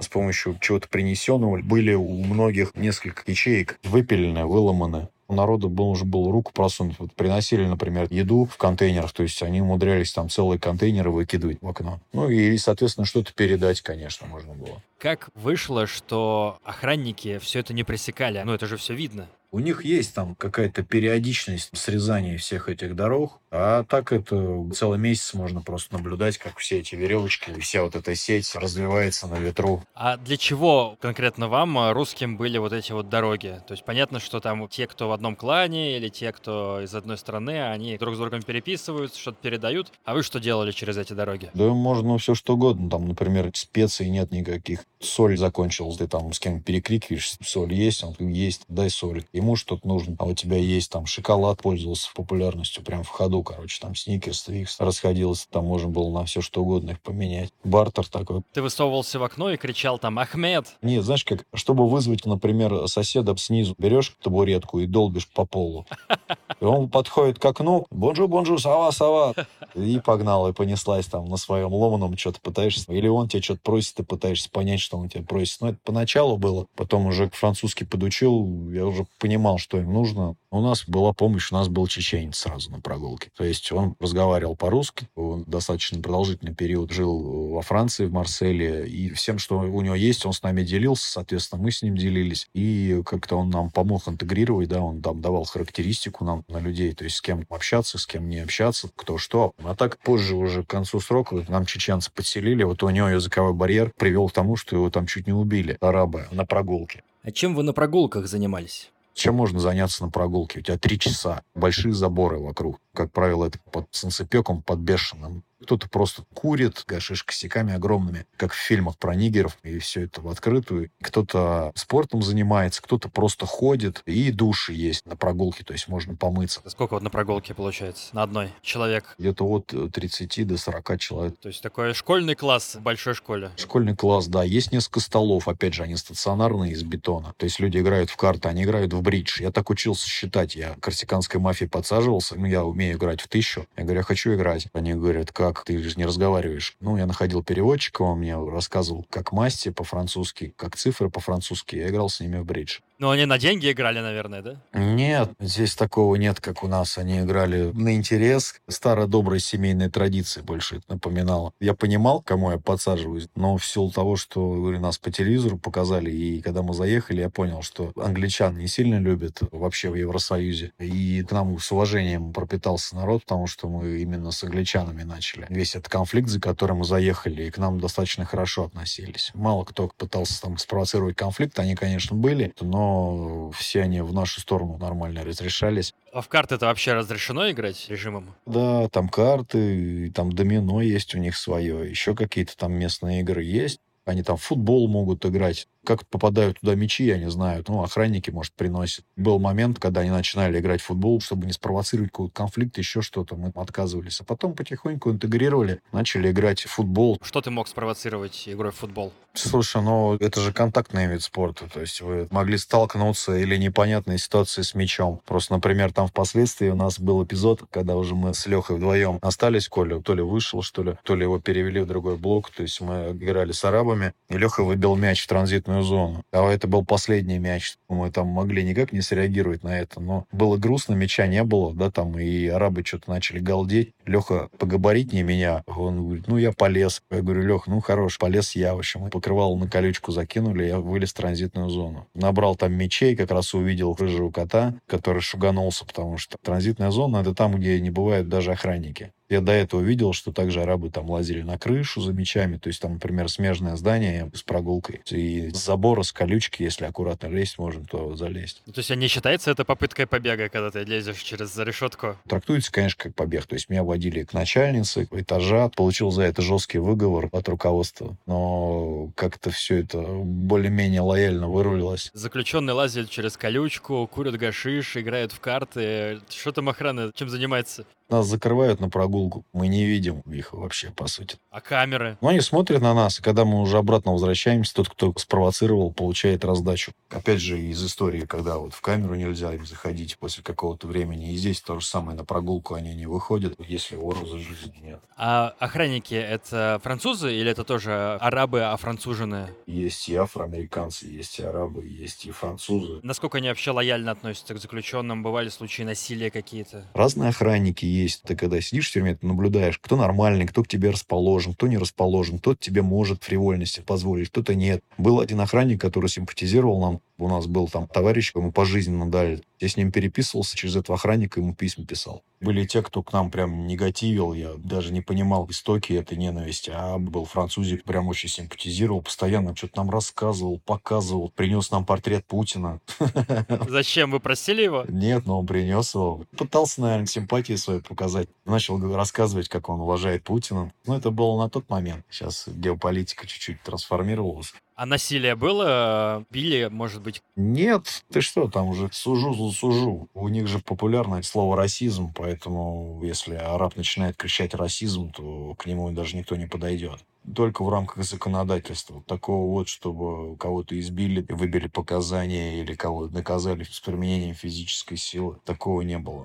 с помощью чего-то принесенного. Были у многих несколько ячеек выпилены, выломаны. У народа был, уже был руку просунуть. Вот приносили, например, еду в контейнерах, то есть они умудрялись там целые контейнеры выкидывать в окно. Ну и, соответственно, что-то передать, конечно, можно было. Как вышло, что охранники все это не пресекали? Ну, это же все видно. У них есть там какая-то периодичность срезания всех этих дорог, а так это целый месяц можно просто наблюдать, как все эти веревочки и вся вот эта сеть развивается на ветру. А для чего конкретно вам, а, русским, были вот эти вот дороги? То есть понятно, что там те, кто в одном клане, или те, кто из одной страны, они друг с другом переписываются, что-то передают. А вы что делали через эти дороги? Да можно все что угодно. Там, например, специй нет никаких. Соль закончилась, ты там с кем перекрикиваешь, соль есть, он говорит, есть, дай соль. Ему что-то нужно, а у тебя есть там шоколад, пользовался популярностью прям в ходу, короче, там сникерс, твикс расходился, там можно было на все что угодно их поменять. Бартер такой. Ты высовывался в окно и кричал там «Ахмед!» Нет, знаешь как, чтобы вызвать, например, соседа снизу, берешь табуретку и долбишь по полу. И он подходит к окну, бонжур, бонжур, сава, сава. И погнал, и понеслась там на своем ломаном, что-то пытаешься. Или он тебя что-то просит, ты пытаешься понять, что он тебя просит. Но это поначалу было. Потом уже французский подучил, я уже понимал, что им нужно. У нас была помощь, у нас был чеченец сразу на прогулке. То есть он разговаривал по-русски, он достаточно продолжительный период жил во Франции, в Марселе, и всем, что у него есть, он с нами делился, соответственно, мы с ним делились. И как-то он нам помог интегрировать, да, он там давал характеристику нам на людей, то есть с кем общаться, с кем не общаться, кто что. А так позже уже к концу срока нам чеченцы подселили, вот у него языковой барьер привел к тому, что его там чуть не убили, арабы, на прогулке. А чем вы на прогулках занимались? Чем можно заняться на прогулке? У тебя три часа, большие заборы вокруг. Как правило, это под солнцепеком, под бешеным. Кто-то просто курит, гашиш косяками огромными, как в фильмах про нигеров, и все это в открытую. Кто-то спортом занимается, кто-то просто ходит, и души есть на прогулке, то есть можно помыться. Сколько вот на прогулке получается? На одной человек? Где-то от тридцати до сорока человек. То есть такой школьный класс в большой школе? Школьный класс, да. Есть несколько столов, опять же, они стационарные, из бетона. То есть люди играют в карты, они играют в бридж. Я так учился считать. Я к корсиканской мафии подсаживался, ну, я умею играть в тысячу. Я говорю, я хочу играть. Они говорят, как? Ты же не разговариваешь. Ну, я находил переводчика, он мне рассказывал, как масти по-французски, как цифры по-французски. Я играл с ними в бридж. Ну, они на деньги играли, наверное, да? Нет, здесь такого нет, как у нас. Они играли на интерес. Старая добрая семейная традиция больше это напоминала. Я понимал, к кому я подсаживаюсь, но в силу того, что говорю, нас по телевизору показали, и когда мы заехали, я понял, что англичан не сильно любят вообще в Евросоюзе. И к нам с уважением пропитался народ, потому что мы именно с англичанами начали. Весь этот конфликт, за который мы заехали, и к нам достаточно хорошо относились. Мало кто пытался там спровоцировать конфликт, они, конечно, были, но все они в нашу сторону нормально разрешались. А в карты это вообще разрешено играть режимом? Да, там карты, там домино есть у них свое, еще какие-то там местные игры есть. Они там в футбол могут играть. Как попадают туда мячи, я не знаю. Ну, охранники, может, приносят. Был момент, когда они начинали играть в футбол, чтобы не спровоцировать какой-то конфликт, еще что-то. Мы отказывались. А потом потихоньку интегрировали, начали играть в футбол. Что ты мог спровоцировать игрой в футбол? Слушай, ну, это же контактный вид спорта. То есть вы могли столкнуться или непонятной ситуации с мячом. Просто, например, там впоследствии у нас был эпизод, когда уже мы с Лехой вдвоем остались. Коля то ли вышел, что ли, то ли его перевели в другой блок. То есть мы играли с арабами, и Леха выбил мяч в транзитную зону. А это был последний мяч. Мы там могли никак не среагировать на это. Но было грустно, мяча не было, да, там, и арабы что-то начали галдеть. Леха погабаритнее меня. Он говорит, ну, я полез. Я говорю, Лех, ну, хорош, полез я. В общем, покрывало на колючку закинули, я вылез в транзитную зону. Набрал там мячей, как раз увидел рыжего кота, который шуганулся, потому что транзитная зона — это там, где не бывают даже охранники. Я до этого видел, что также арабы там лазили на крышу за мячами. То есть там, например, смежное здание с прогулкой. И с забора, с колючки, если аккуратно лезть можно, то залезть. Ну, то есть, а не считается это попыткой побега, когда ты лезешь через решетку? Трактуется, конечно, как побег. То есть меня водили к начальнице этажа. Получил за это жесткий выговор от руководства. Но как-то все это более-менее лояльно вырулилось. Заключенные лазят через колючку, курят гашиш, играют в карты. Что там охрана? Чем занимается? Нас закрывают на прогулку. прогулку. Мы не видим их вообще, по сути. А камеры? Но они смотрят на нас, и когда мы уже обратно возвращаемся, тот, кто спровоцировал, получает раздачу. Опять же, из истории, когда вот в камеру нельзя им заходить после какого-то времени. И здесь то же самое, на прогулку они не выходят, если угрозы жизни нет. А охранники — это французы или это тоже арабы, а францужены? Есть и афроамериканцы, есть и арабы, есть и французы. Насколько они вообще лояльно относятся к заключенным? Бывали случаи насилия какие-то? Разные охранники есть. Ты когда сидишь в тюрьме, ты наблюдаешь, кто нормальный, кто к тебе расположен, кто не расположен, кто тебе может фривольности позволить, кто-то нет. Был один охранник, который симпатизировал нам. У нас был там товарищ, ему пожизненно дали. Я с ним переписывался через этого охранника, ему письма писал. Были те, кто к нам прям негативил. Я даже не понимал истоки этой ненависти. А был французик, прям очень симпатизировал, постоянно что-то нам рассказывал, показывал. Принес нам портрет Путина. Зачем? Вы просили его? Нет, но он принес его. Пытался, наверное, симпатии своей показать. Начал рассказывать, как он уважает Путина. Но это было на тот момент. Сейчас геополитика чуть-чуть трансформировалась. А насилие было? Били, может быть? Нет, ты что, там уже сужу за сужу. У них же популярное слово расизм, поэтому если араб начинает кричать расизм, то к нему даже никто не подойдет. Только в рамках законодательства. Такого вот, чтобы кого-то избили, выбили показания или кого-то наказали с применением физической силы, такого не было.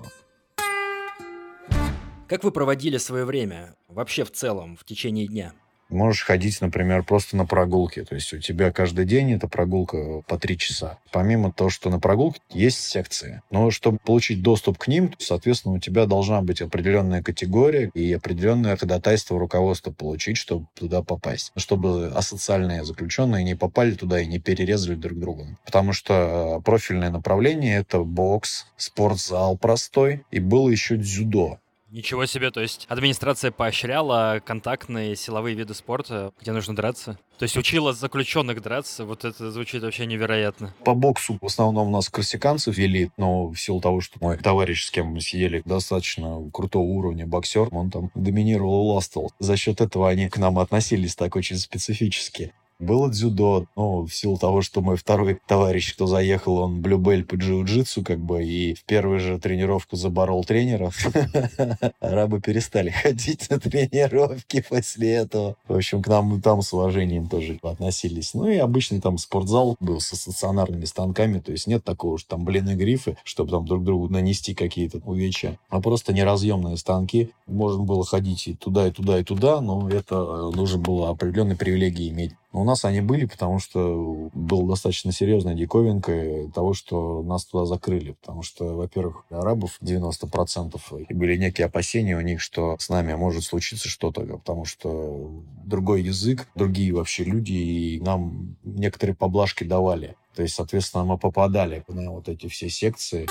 Как вы проводили свое время вообще в целом в течение дня? Можешь ходить, например, просто на прогулки. То есть у тебя каждый день эта прогулка по три часа. Помимо того, что на прогулке есть секции. Но чтобы получить доступ к ним, соответственно, у тебя должна быть определенная категория и определенное ходатайство руководства получить, чтобы туда попасть. Чтобы асоциальные заключенные не попали туда и не перерезали друг друга. Потому что профильное направление — это бокс, спортзал простой, и было еще дзюдо. Ничего себе, то есть администрация поощряла контактные силовые виды спорта, где нужно драться? То есть учила заключенных драться? Вот это звучит вообще невероятно. По боксу в основном у нас корсиканцев вели, но в силу того, что мой товарищ, с кем мы сидели, достаточно крутого уровня боксер, он там доминировал и властвовал. За счет этого они к нам относились так очень специфически. Было дзюдо, но в силу того, что мой второй товарищ, кто заехал, он блюбель по джиу-джитсу, как бы, и в первую же тренировку заборол тренера. Арабы перестали ходить на тренировки после этого. В общем, к нам там с уважением тоже относились. Ну и обычный там спортзал был со стационарными станками, то есть нет такого, что там блины грифы, чтобы там друг другу нанести какие-то увечья, а просто неразъемные станки. Можно было ходить и туда, и туда, и туда, но это нужно было определенные привилегии иметь. У нас они были, потому что была достаточно серьезная диковинка того, что нас туда закрыли. Потому что, во-первых, арабов девяносто процентов, и были некие опасения у них, что с нами может случиться что-то, потому что другой язык, другие вообще люди, и нам некоторые поблажки давали. То есть, соответственно, мы попадали на вот эти все секции.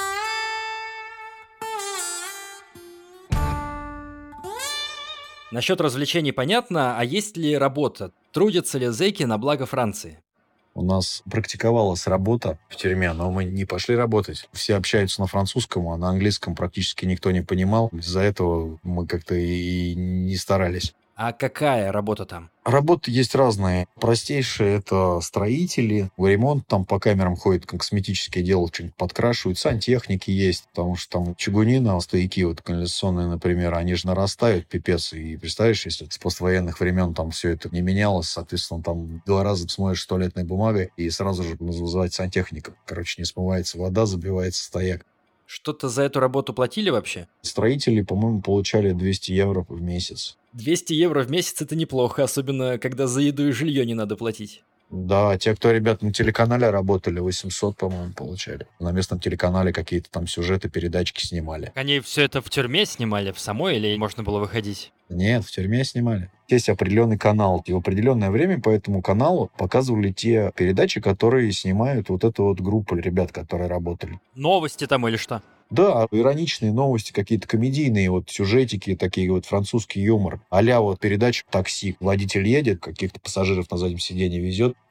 Насчет развлечений понятно, а есть ли работа? Трудятся ли зэки на благо Франции? У нас практиковалась работа в тюрьме, но мы не пошли работать. Все общаются на французском, а на английском практически никто не понимал. Из-за этого мы как-то и не старались. А какая работа там? Работы есть разные. Простейшие — это строители, ремонт там по камерам ходит, косметические делают, что-нибудь подкрашивают. Сантехники есть, потому что там чугунина, стояки вот канализационные, например, они же нарастают, пипец. И представляешь, если с поствоенных времен там все это не менялось, соответственно, там два раза смоешь туалетной бумагой и сразу же вызывать сантехника. Короче, не смывается вода, забивается стояк. Что-то за эту работу платили вообще? Строители, по-моему, получали двести евро в месяц. двести евро в месяц — это неплохо, особенно когда за еду и жилье не надо платить. Да, те, кто, ребят, на телеканале работали, восемьсот, по-моему, получали. На местном телеканале какие-то там сюжеты, передачки снимали. Они все это в тюрьме снимали, в самой, или можно было выходить? Нет, в тюрьме снимали. Есть определенный канал, и в определенное время по этому каналу показывали те передачи, которые снимают вот эту вот группу ребят, которые работали. Новости там или что? Да, ироничные новости, какие-то комедийные вот сюжетики, такие вот французский юмор. А-ля вот передача «Такси». Водитель едет, каких-то пассажиров на заднем сиденье везет,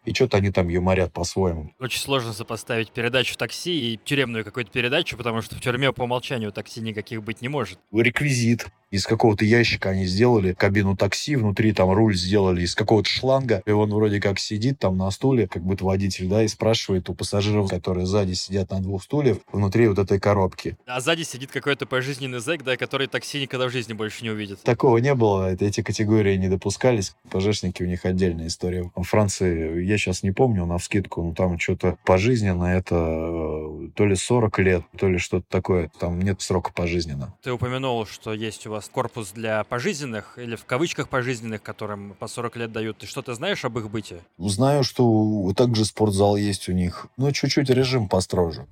И что-то они там юморят по-своему. Очень сложно сопоставить передачу «Такси» и тюремную какую-то передачу, потому что в тюрьме по умолчанию такси никаких быть не может. Реквизит. Из какого-то ящика они сделали кабину такси, внутри там руль сделали из какого-то шланга, и он вроде как сидит там на стуле, как будто водитель, да, и спрашивает у пассажиров, которые сзади сидят на двух стульях, внутри вот этой коробки. А сзади сидит какой-то пожизненный зэк, да, который такси никогда в жизни больше не увидит. Такого не было, эти категории не допускались. Пожежники, у них отдельная история. В Франции, я сейчас не помню навскидку, но там что-то пожизненно, это э, то ли сорок лет, то ли что-то такое. Там нет срока пожизненно. Ты упомянул, что есть у вас корпус для пожизненных, или в кавычках пожизненных, которым по сорок лет дают. Ты что-то знаешь об их быте? Знаю, что также спортзал есть у них, но чуть-чуть режим построже.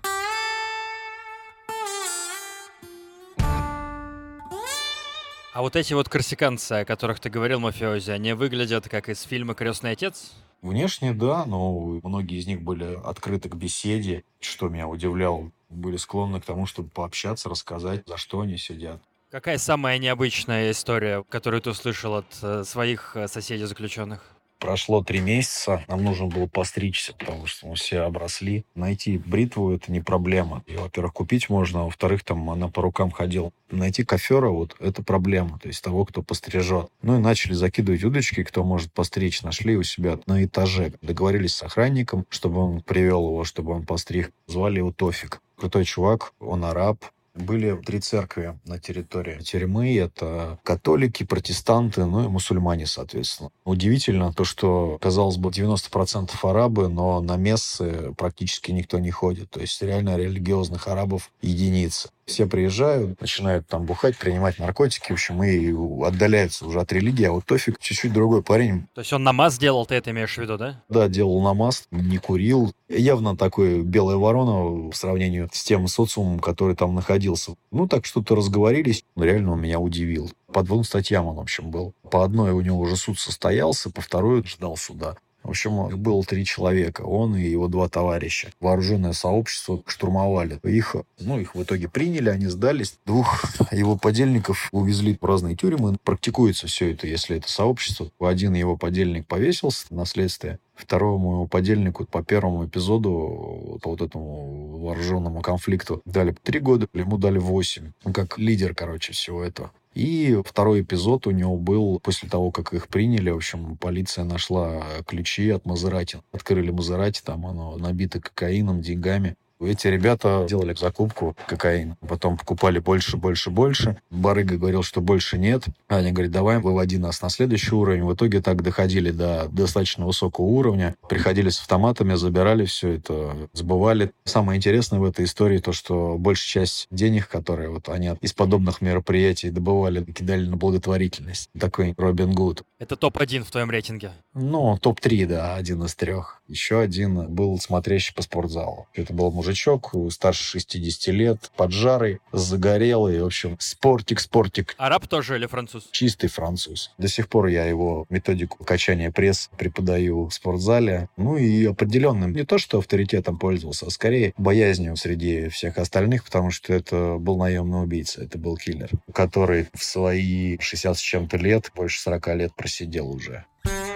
А вот эти вот корсиканцы, о которых ты говорил, мафиози, они выглядят как из фильма «Крестный отец»? Внешне, да, но многие из них были открыты к беседе, что меня удивляло. Были склонны к тому, чтобы пообщаться, рассказать, за что они сидят. Какая самая необычная история, которую ты услышал от э, своих э, соседей заключенных? Прошло три месяца, нам нужно было постричься, потому что мы все обросли. Найти бритву – это не проблема. Ее, во-первых, купить можно, а во-вторых, там она по рукам ходила. Найти кофера – вот это проблема, то есть того, кто пострижет. Ну и начали закидывать удочки, кто может постричь. Нашли у себя на этаже. Договорились с охранником, чтобы он привел его, чтобы он постриг. Звали его Тофик. Крутой чувак, он араб. Были три церкви на территории тюрьмы. Это католики, протестанты, ну и мусульмане, соответственно. Удивительно то, что, казалось бы, девяносто процентов арабы, но на мессы практически никто не ходит. То есть реально религиозных арабов единицы. Все приезжают, начинают там бухать, принимать наркотики, в общем, и отдаляются уже от религии. А вот Тофик чуть-чуть другой парень. То есть он намаз делал, ты это имеешь в виду, да? Да, делал намаз, не курил. Явно такой белая ворона в сравнении с тем социумом, который там находился. Ну, так что-то разговорились. Реально он меня удивил. По двум статьям он, в общем, был. По одной у него уже суд состоялся, по второй ждал суда. В общем, их было три человека, он и его два товарища. Вооруженное сообщество штурмовали. Их, ну, их в итоге приняли, они сдались. Двух его подельников увезли в разные тюрьмы. Практикуется все это, если это сообщество. Один его подельник повесился на следствие. Второму его подельнику по первому эпизоду, по вот этому вооруженному конфликту, дали три года, ему дали восемь. Он как лидер, короче, всего этого. И второй эпизод у него был после того, как их приняли. В общем, полиция нашла ключи от Мазерати. Открыли Мазерати, там оно набито кокаином, деньгами. Эти ребята делали закупку кокаина. Потом покупали больше, больше, больше. Барыга говорил, что больше нет. Они говорят, давай, выводи нас на следующий уровень. В итоге так доходили до достаточно высокого уровня. Приходили с автоматами, забирали все это, сбывали. Самое интересное в этой истории то, что большая часть денег, которые вот они из подобных мероприятий добывали, кидали на благотворительность. Такой Робин Гуд. Это топ один в твоем рейтинге? Ну, топ три, да, один из трех. Еще один был смотрящий по спортзалу. Это был мужичок, старше шестидесяти лет, поджарый, загорелый. В общем, спортик, спортик. Араб тоже или француз? Чистый француз. До сих пор я его методику качания пресс преподаю в спортзале. Ну и определенным, не то что авторитетом пользовался, а скорее боязнью среди всех остальных, потому что это был наемный убийца, это был киллер, который в свои шестьдесят с чем-то лет, больше сорока лет просидел уже.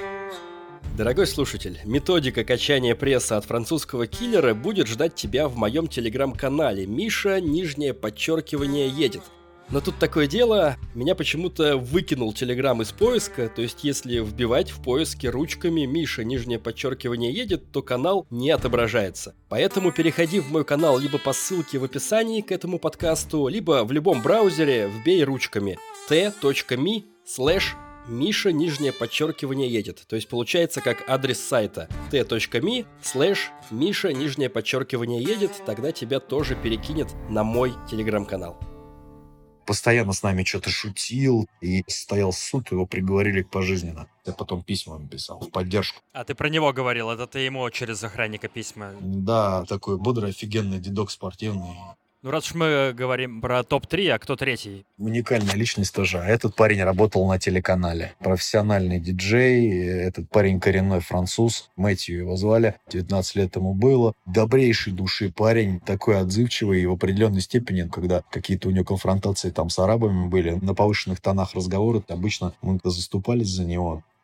Дорогой слушатель, методика качания пресса от французского киллера будет ждать тебя в моем телеграм-канале «Миша, нижнее подчеркивание, едет». Но тут такое дело, меня почему-то выкинул телеграм из поиска, то есть если вбивать в поиске ручками «Миша, нижнее подчеркивание, едет», то канал не отображается. Поэтому переходи в мой канал либо по ссылке в описании к этому подкасту, либо в любом браузере вбей ручками t.me слэш Миша, нижнее подчеркивание, едет. То есть получается как адрес сайта t.me слэш Миша, нижнее подчеркивание, едет. Тогда тебя тоже перекинет на мой телеграм-канал. Постоянно с нами что-то шутил, и стоял суд, его приговорили к пожизненно. Я потом письма писал в поддержку. А ты про него говорил, это ты ему через охранника письма? Да, такой бодрый, офигенный дедок спортивный. Ну, раз уж мы говорим про топ три, а кто третий? Уникальная личность тоже. А этот парень работал на телеканале. Профессиональный диджей. Этот парень коренной француз. Мэтью его звали. девятнадцать лет ему было. Добрейшей души парень. Такой отзывчивый. И в определенной степени, когда какие-то у него конфронтации там с арабами были, на повышенных тонах разговора, обычно мы заступались за него.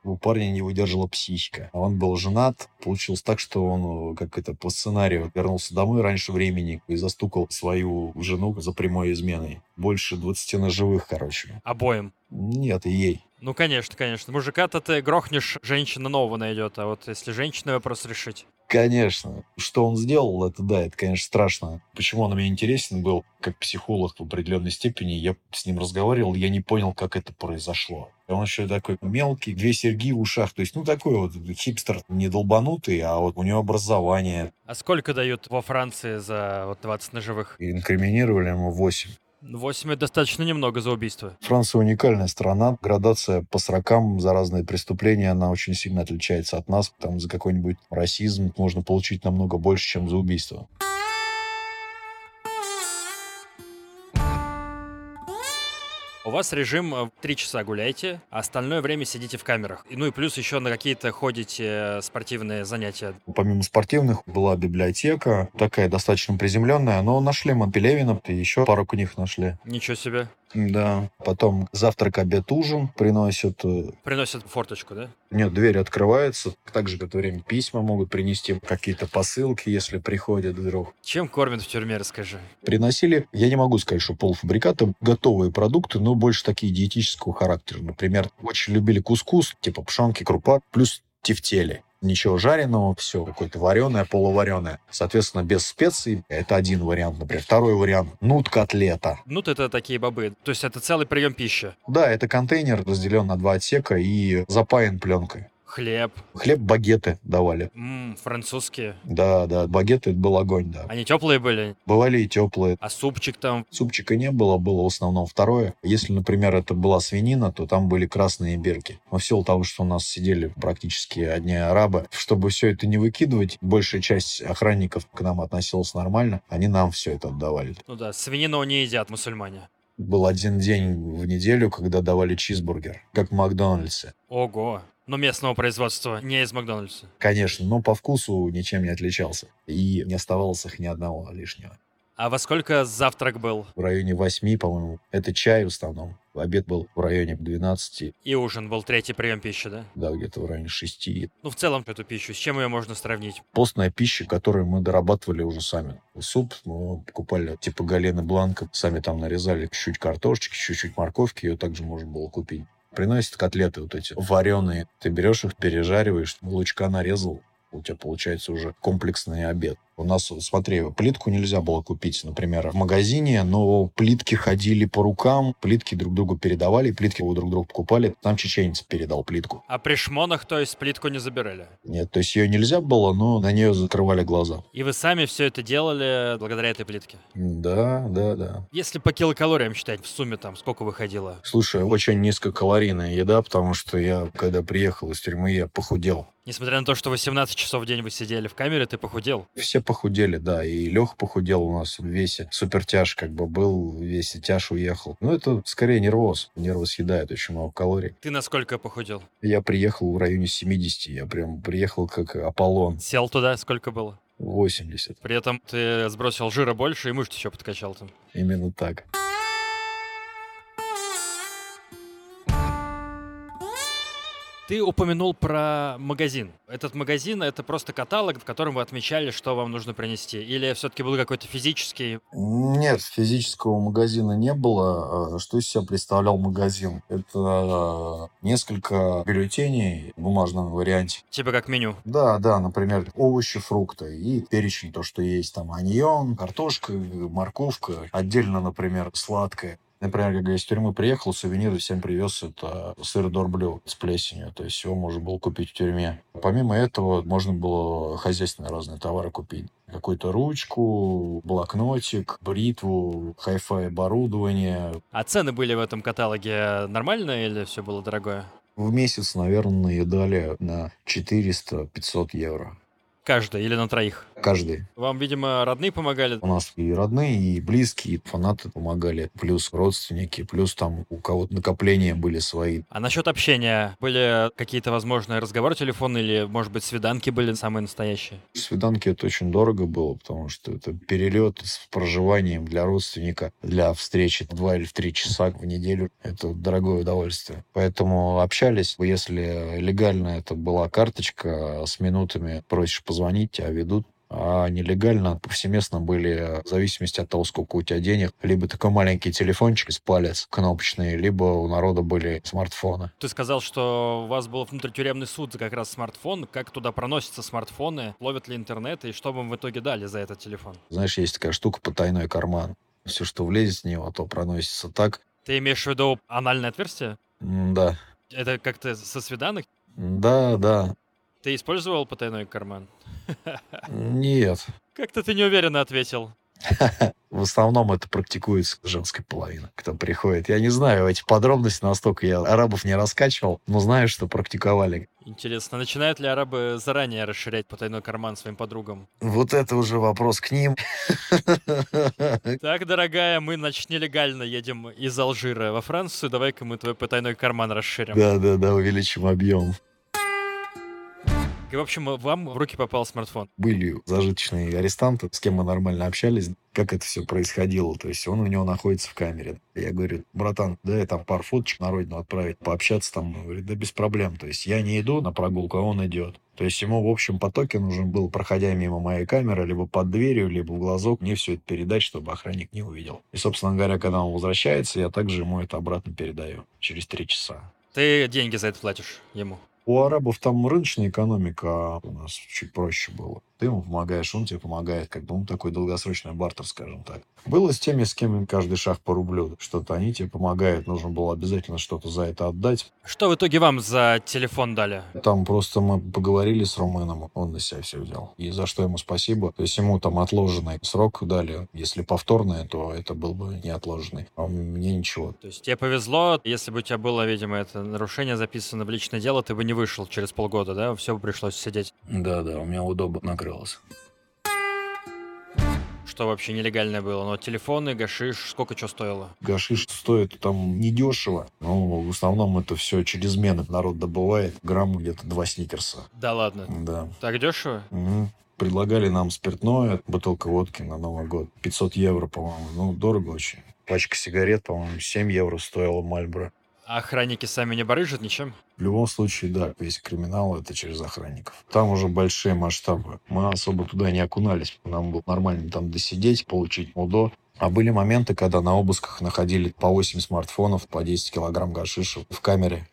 У парня не выдержала психика. Он был женат. Получилось так, что он, как это по сценарию, вернулся домой раньше времени и застукал свою жену за прямой изменой. Больше двадцати ножевых, короче. Обоим? Нет, и ей. Ну, конечно, конечно. Мужика-то ты грохнешь, женщина нового найдет, а вот если женщина вопрос решить... Конечно. Что он сделал, это да, это, конечно, страшно. Почему он мне интересен был, как психолог в определенной степени, я с ним разговаривал, я не понял, как это произошло. Он еще такой мелкий, две серьги в ушах, то есть, ну, такой вот хипстер не долбанутый, а вот у него образование. А сколько дают во Франции за вот двадцать ножевых? Инкриминировали ему восемь. восемь — это достаточно немного за убийство. Франция уникальная страна. Градация по срокам за разные преступления, она очень сильно отличается от нас. Там за какой-нибудь расизм можно получить намного больше, чем за убийство. У вас режим э, три часа гуляйте, а остальное время сидите в камерах. И, ну и плюс еще на какие-то ходите э, спортивные занятия. Помимо спортивных была библиотека, такая достаточно приземленная, но нашли мы Пелевина, и еще пару книг нашли. Ничего себе. Да. Потом завтрак, обед, ужин приносят. Приносят форточку, да? Нет, дверь открывается. Также в это время письма могут принести, какие-то посылки, если приходят вдруг. Чем кормят в тюрьме, расскажи. Приносили, я не могу сказать, что полуфабрикаты, готовые продукты, но больше такие диетического характера. Например, очень любили кускус, типа пшенки, крупа, плюс тефтели. Ничего жареного, все какое-то вареное, полувареное. Соответственно, без специй. Это один вариант, например. Второй вариант. Нут-котлета. Нут — это такие бобы. То есть это целый прием пищи. Да, это контейнер, разделен на два отсека и запаян пленкой. Хлеб. Хлеб, багеты давали. Ммм, французские. Да, да, багеты — это был огонь, да. Они теплые были? Бывали и теплые. А супчик там? Супчика не было, было в основном второе. Если, например, это была свинина, то там были красные бирки. Но в силу того, что у нас сидели практически одни арабы, чтобы все это не выкидывать, большая часть охранников к нам относилась нормально, они нам все это отдавали. Ну да, свинину не едят мусульмане. Был один день в неделю, когда давали чизбургер, как в Макдональдсе. Ого. Но местного производства, не из Макдональдса. Конечно, но по вкусу ничем не отличался. И не оставалось их ни одного лишнего. А во сколько завтрак был? В районе восьми, по-моему. Это чай в основном. Обед был в районе двенадцати. И ужин был третий прием пищи, да? Да, где-то в районе шести. Ну, в целом, эту пищу, с чем ее можно сравнить? Постная пища, которую мы дорабатывали уже сами. Суп мы покупали типа Галены Бланка. Сами там нарезали чуть-чуть картошечки, чуть-чуть морковки. Ее также можно было купить. Приносят котлеты вот эти вареные. Ты берешь их, пережариваешь, лучка нарезал. У тебя получается уже комплексный обед. У нас, смотри, плитку нельзя было купить, например, в магазине, но плитки ходили по рукам, плитки друг другу передавали, плитки у друг друга покупали. Там чеченец передал плитку. А при шмонах, то есть, плитку не забирали? Нет, то есть ее нельзя было, но на нее закрывали глаза. И вы сами все это делали благодаря этой плитке? Да, да, да. Если по килокалориям считать, в сумме там сколько выходило? Слушай, очень низкокалорийная еда, потому что я, когда приехал из тюрьмы, я похудел. Несмотря на то, что восемнадцать часов в день вы сидели в камере, ты похудел? Все похудели, да. И Леха похудел у нас в весе. Супертяж как бы был в весе, тяж уехал. Ну, это скорее нервоз. Нервы съедают очень много калорий. Ты насколько похудел? Я приехал в районе семидесяти. Я прям приехал как Аполлон. Сел туда, сколько было? восемьдесят. При этом ты сбросил жира больше и мышц еще подкачал там. Именно так. Ты упомянул про магазин. Этот магазин — это просто каталог, в котором вы отмечали, что вам нужно принести? Или все-таки был какой-то физический? Нет, физического магазина не было. Что из себя представлял магазин? Это несколько бюллетеней в бумажном варианте. Типа как меню? Да, да, например, овощи, фрукты и перечень, то, что есть там аньон, картошка, морковка, отдельно, например, сладкое. Например, когда я из тюрьмы приехал, сувениры всем привез, это сыр дорблю с плесенью, то есть его можно было купить в тюрьме. Помимо этого, можно было хозяйственные разные товары купить. Какую-то ручку, блокнотик, бритву, хай-фай оборудование. А цены были в этом каталоге нормальные или все было дорогое? В месяц, наверное, наедали на четыреста-пятьсот евро. Каждый или на троих? Каждый. Вам, видимо, родные помогали? У нас и родные, и близкие, и фанаты помогали, плюс родственники, плюс там у кого-то накопления были свои. А насчет общения? Были какие-то, возможно, разговоры телефонные или, может быть, свиданки были самые настоящие? Свиданки это очень дорого было, потому что это перелет с проживанием для родственника, для встречи в два или в три часа в неделю. Это дорогое удовольствие. Поэтому общались. Если легально это была карточка с минутами, просишь позвонить, тебя ведут. А нелегально повсеместно были, в зависимости от того, сколько у тебя денег, либо такой маленький телефончик из палец кнопочный, либо у народа были смартфоны. Ты сказал, что у вас был внутритюремный суд за как раз смартфон. Как туда проносятся смартфоны? Ловят ли интернет? И что вам в итоге дали за этот телефон? Знаешь, есть такая штука потайной карман. Все, что влезет в него, то проносится так. Ты имеешь в виду анальное отверстие? М, Да. Это как-то со свиданок? Да, да. Ты использовал потайной карман? Нет. Как-то ты неуверенно ответил. В основном это практикуется женская половина, кто приходит. Я не знаю эти подробности, настолько я арабов не раскачивал, но знаю, что практиковали. Интересно, начинают ли арабы заранее расширять потайной карман своим подругам? Вот это уже вопрос к ним. Так, дорогая, мы, значит, нелегально едем из Алжира во Францию. Давай-ка мы твой потайной карман расширим. Да-да-да, увеличим объем. И, в общем, вам в руки попал смартфон. Были зажиточные арестанты, с кем мы нормально общались, как это все происходило. То есть он у него находится в камере. Я говорю: братан, дай там пару фоточек на родину отправить, пообщаться там. Он говорит: да без проблем. То есть я не иду на прогулку, а он идет. То есть ему в общем потоке нужен был, проходя мимо моей камеры, либо под дверью, либо в глазок, мне все это передать, чтобы охранник не увидел. И, собственно говоря, когда он возвращается, я также ему это обратно передаю через три часа. Ты деньги за это платишь ему? У арабов там рыночная экономика, а у нас чуть проще было. Ты ему помогаешь, он тебе помогает, как бы, ну, такой долгосрочный бартер, скажем так. Было с теми, с кем каждый шаг по рублю. Что-то они тебе помогают, нужно было обязательно что-то за это отдать. Что в итоге вам за телефон дали? Там просто мы поговорили с румыном, он на себя все взял. И за что ему спасибо. То есть ему там отложенный срок дали. Если повторное, то это был бы не отложенный. А мне ничего. То есть тебе повезло, если бы у тебя было, видимо, это нарушение записано в личное дело, ты бы не вышел через полгода, да? Все бы пришлось сидеть. Да-да, у меня удобно накрылось. Что вообще нелегальное было? Но телефоны, гашиш, сколько что стоило? Гашиш стоит там недешево. Но в основном это все через мены народ добывает. Грамм где-то два сникерса. Да ладно? Да. Так дешево? Угу. Предлагали нам спиртное, бутылка водки на Новый год. пятьсот евро, по-моему. Ну, дорого очень. Пачка сигарет, по-моему, семь евро стоила Мальборо. А охранники сами не барыжат ничем? В любом случае, да, весь криминал — это через охранников. Там уже большие масштабы. Мы особо туда не окунались. Нам было нормально там досидеть, получить МУДО. А были моменты, когда на обысках находили по восемь смартфонов, по десять килограмм гашиша в камере.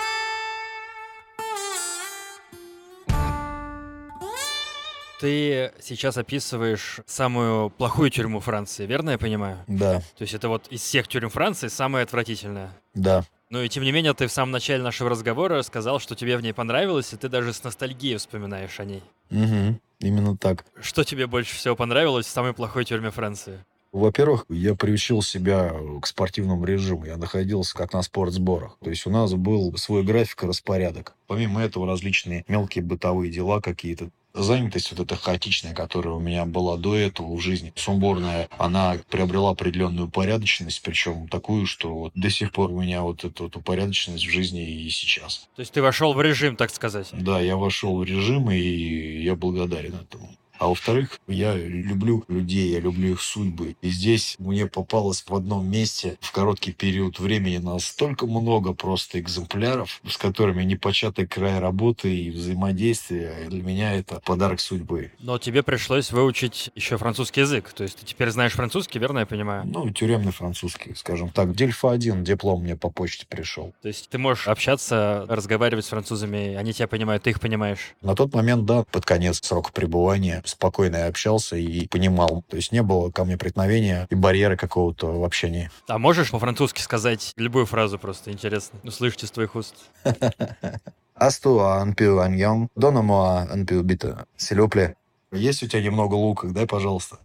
Ты сейчас описываешь самую плохую тюрьму Франции, верно я понимаю? Да, То есть это вот из всех тюрем Франции самая отвратительная. да. Ну и тем не менее, ты в самом начале нашего разговора сказал, что тебе в ней понравилось, и ты даже с ностальгией вспоминаешь о ней. Угу, именно так. Что тебе больше всего понравилось в самой плохой тюрьме Франции? Во-первых, я приучил себя к спортивному режиму. Я находился как на спортсборах. То есть у нас был свой график и распорядок. Помимо этого, различные мелкие бытовые дела какие-то. Занятость вот эта хаотичная, которая у меня была до этого в жизни, сумбурная, она приобрела определенную упорядоченность, причем такую, что вот до сих пор у меня вот эта вот упорядоченность в жизни и сейчас. То есть ты вошел в режим, так сказать? Да, я вошел в режим, и я благодарен этому. А во-вторых, я люблю людей, я люблю их судьбы. И здесь мне попалось в одном месте в короткий период времени настолько много просто экземпляров, с которыми непочатый край работы и взаимодействия. Для меня это подарок судьбы. Но тебе пришлось выучить еще французский язык. То есть ты теперь знаешь французский, верно я понимаю? Ну, тюремный французский, скажем так. Дельфа один диплом мне по почте пришел. То есть ты можешь общаться, разговаривать с французами, они тебя понимают, ты их понимаешь? На тот момент, да, под конец срока пребывания спокойно я общался и понимал. То есть не было ко мне преткновения и барьера какого-то в общении. А можешь по-французски сказать любую фразу, просто интересно, услышать из твоих уст? Асту un peu agnon, donne-moi un peu bitte, s'il vous plaît. Есть у тебя немного лука, дай, пожалуйста.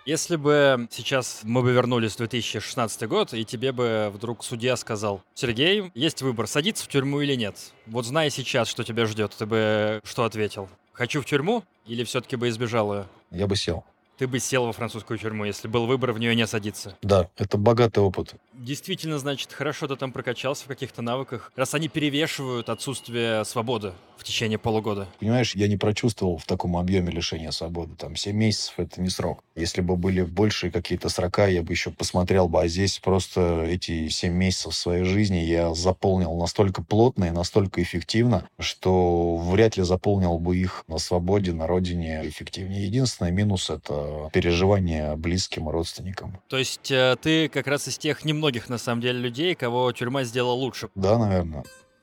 Если бы сейчас мы бы вернулись в две тысячи шестнадцатый год, и тебе бы вдруг судья сказал: Сергей, есть выбор, садиться в тюрьму или нет. Вот зная сейчас, что тебя ждет, ты бы что ответил? Хочу в тюрьму или все-таки бы избежал ее? Я бы сел. Ты бы сел во французскую тюрьму, если был выбор в нее не садиться. Да, это богатый опыт. Действительно, значит, хорошо ты там прокачался в каких-то навыках, раз они перевешивают отсутствие свободы в течение полугода. Понимаешь, я не прочувствовал в таком объеме лишения свободы. Там семь месяцев — это не срок. Если бы были большие какие-то срока, я бы еще посмотрел бы. А здесь просто эти семь месяцев своей жизни я заполнил настолько плотно и настолько эффективно, что вряд ли заполнил бы их на свободе, на родине эффективнее. Единственный минус — это переживание близким родственникам. То есть э, ты как раз из тех немногих, на самом деле, людей, кого тюрьма сделала лучше. Да, наверное.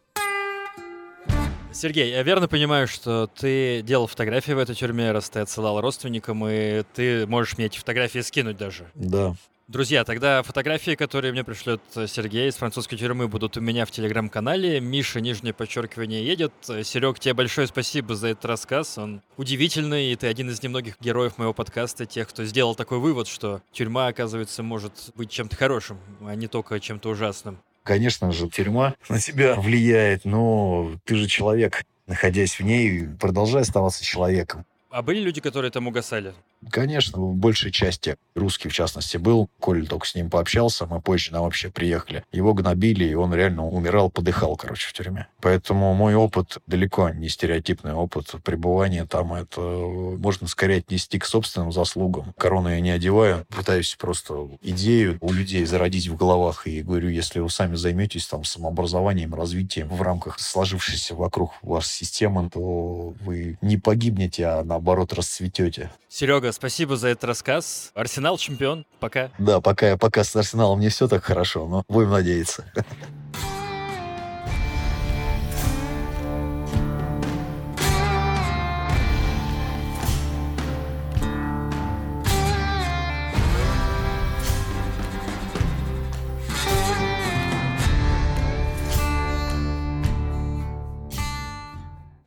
Сергей, я верно понимаю, что ты делал фотографии в этой тюрьме, раз ты отсылал родственникам, и ты можешь мне эти фотографии скинуть даже. Да. Друзья, тогда фотографии, которые мне пришлет Сергей из французской тюрьмы, будут у меня в телеграм-канале. Миша, нижнее подчеркивание, едет. Серег, тебе большое спасибо за этот рассказ. Он удивительный, и ты один из немногих героев моего подкаста, тех, кто сделал такой вывод, что тюрьма, оказывается, может быть чем-то хорошим, а не только чем-то ужасным. Конечно же, тюрьма на тебя влияет, но ты же человек, находясь в ней, продолжай оставаться человеком. А были люди, которые там угасали? Конечно, в большей части русский, в частности, был. Коля только с ним пообщался, мы позже нам вообще приехали. Его гнобили, и он реально умирал, подыхал, короче, в тюрьме. Поэтому мой опыт далеко не стереотипный опыт пребывания там. Это можно скорее отнести к собственным заслугам. Корону я не одеваю, пытаюсь просто идею у людей зародить в головах. И говорю, если вы сами займетесь там самообразованием, развитием в рамках сложившейся вокруг вас системы, то вы не погибнете, а наоборот расцветете. Серега, спасибо за этот рассказ. Арсенал чемпион. Пока. Да, пока, пока с Арсеналом не все так хорошо, но будем надеяться.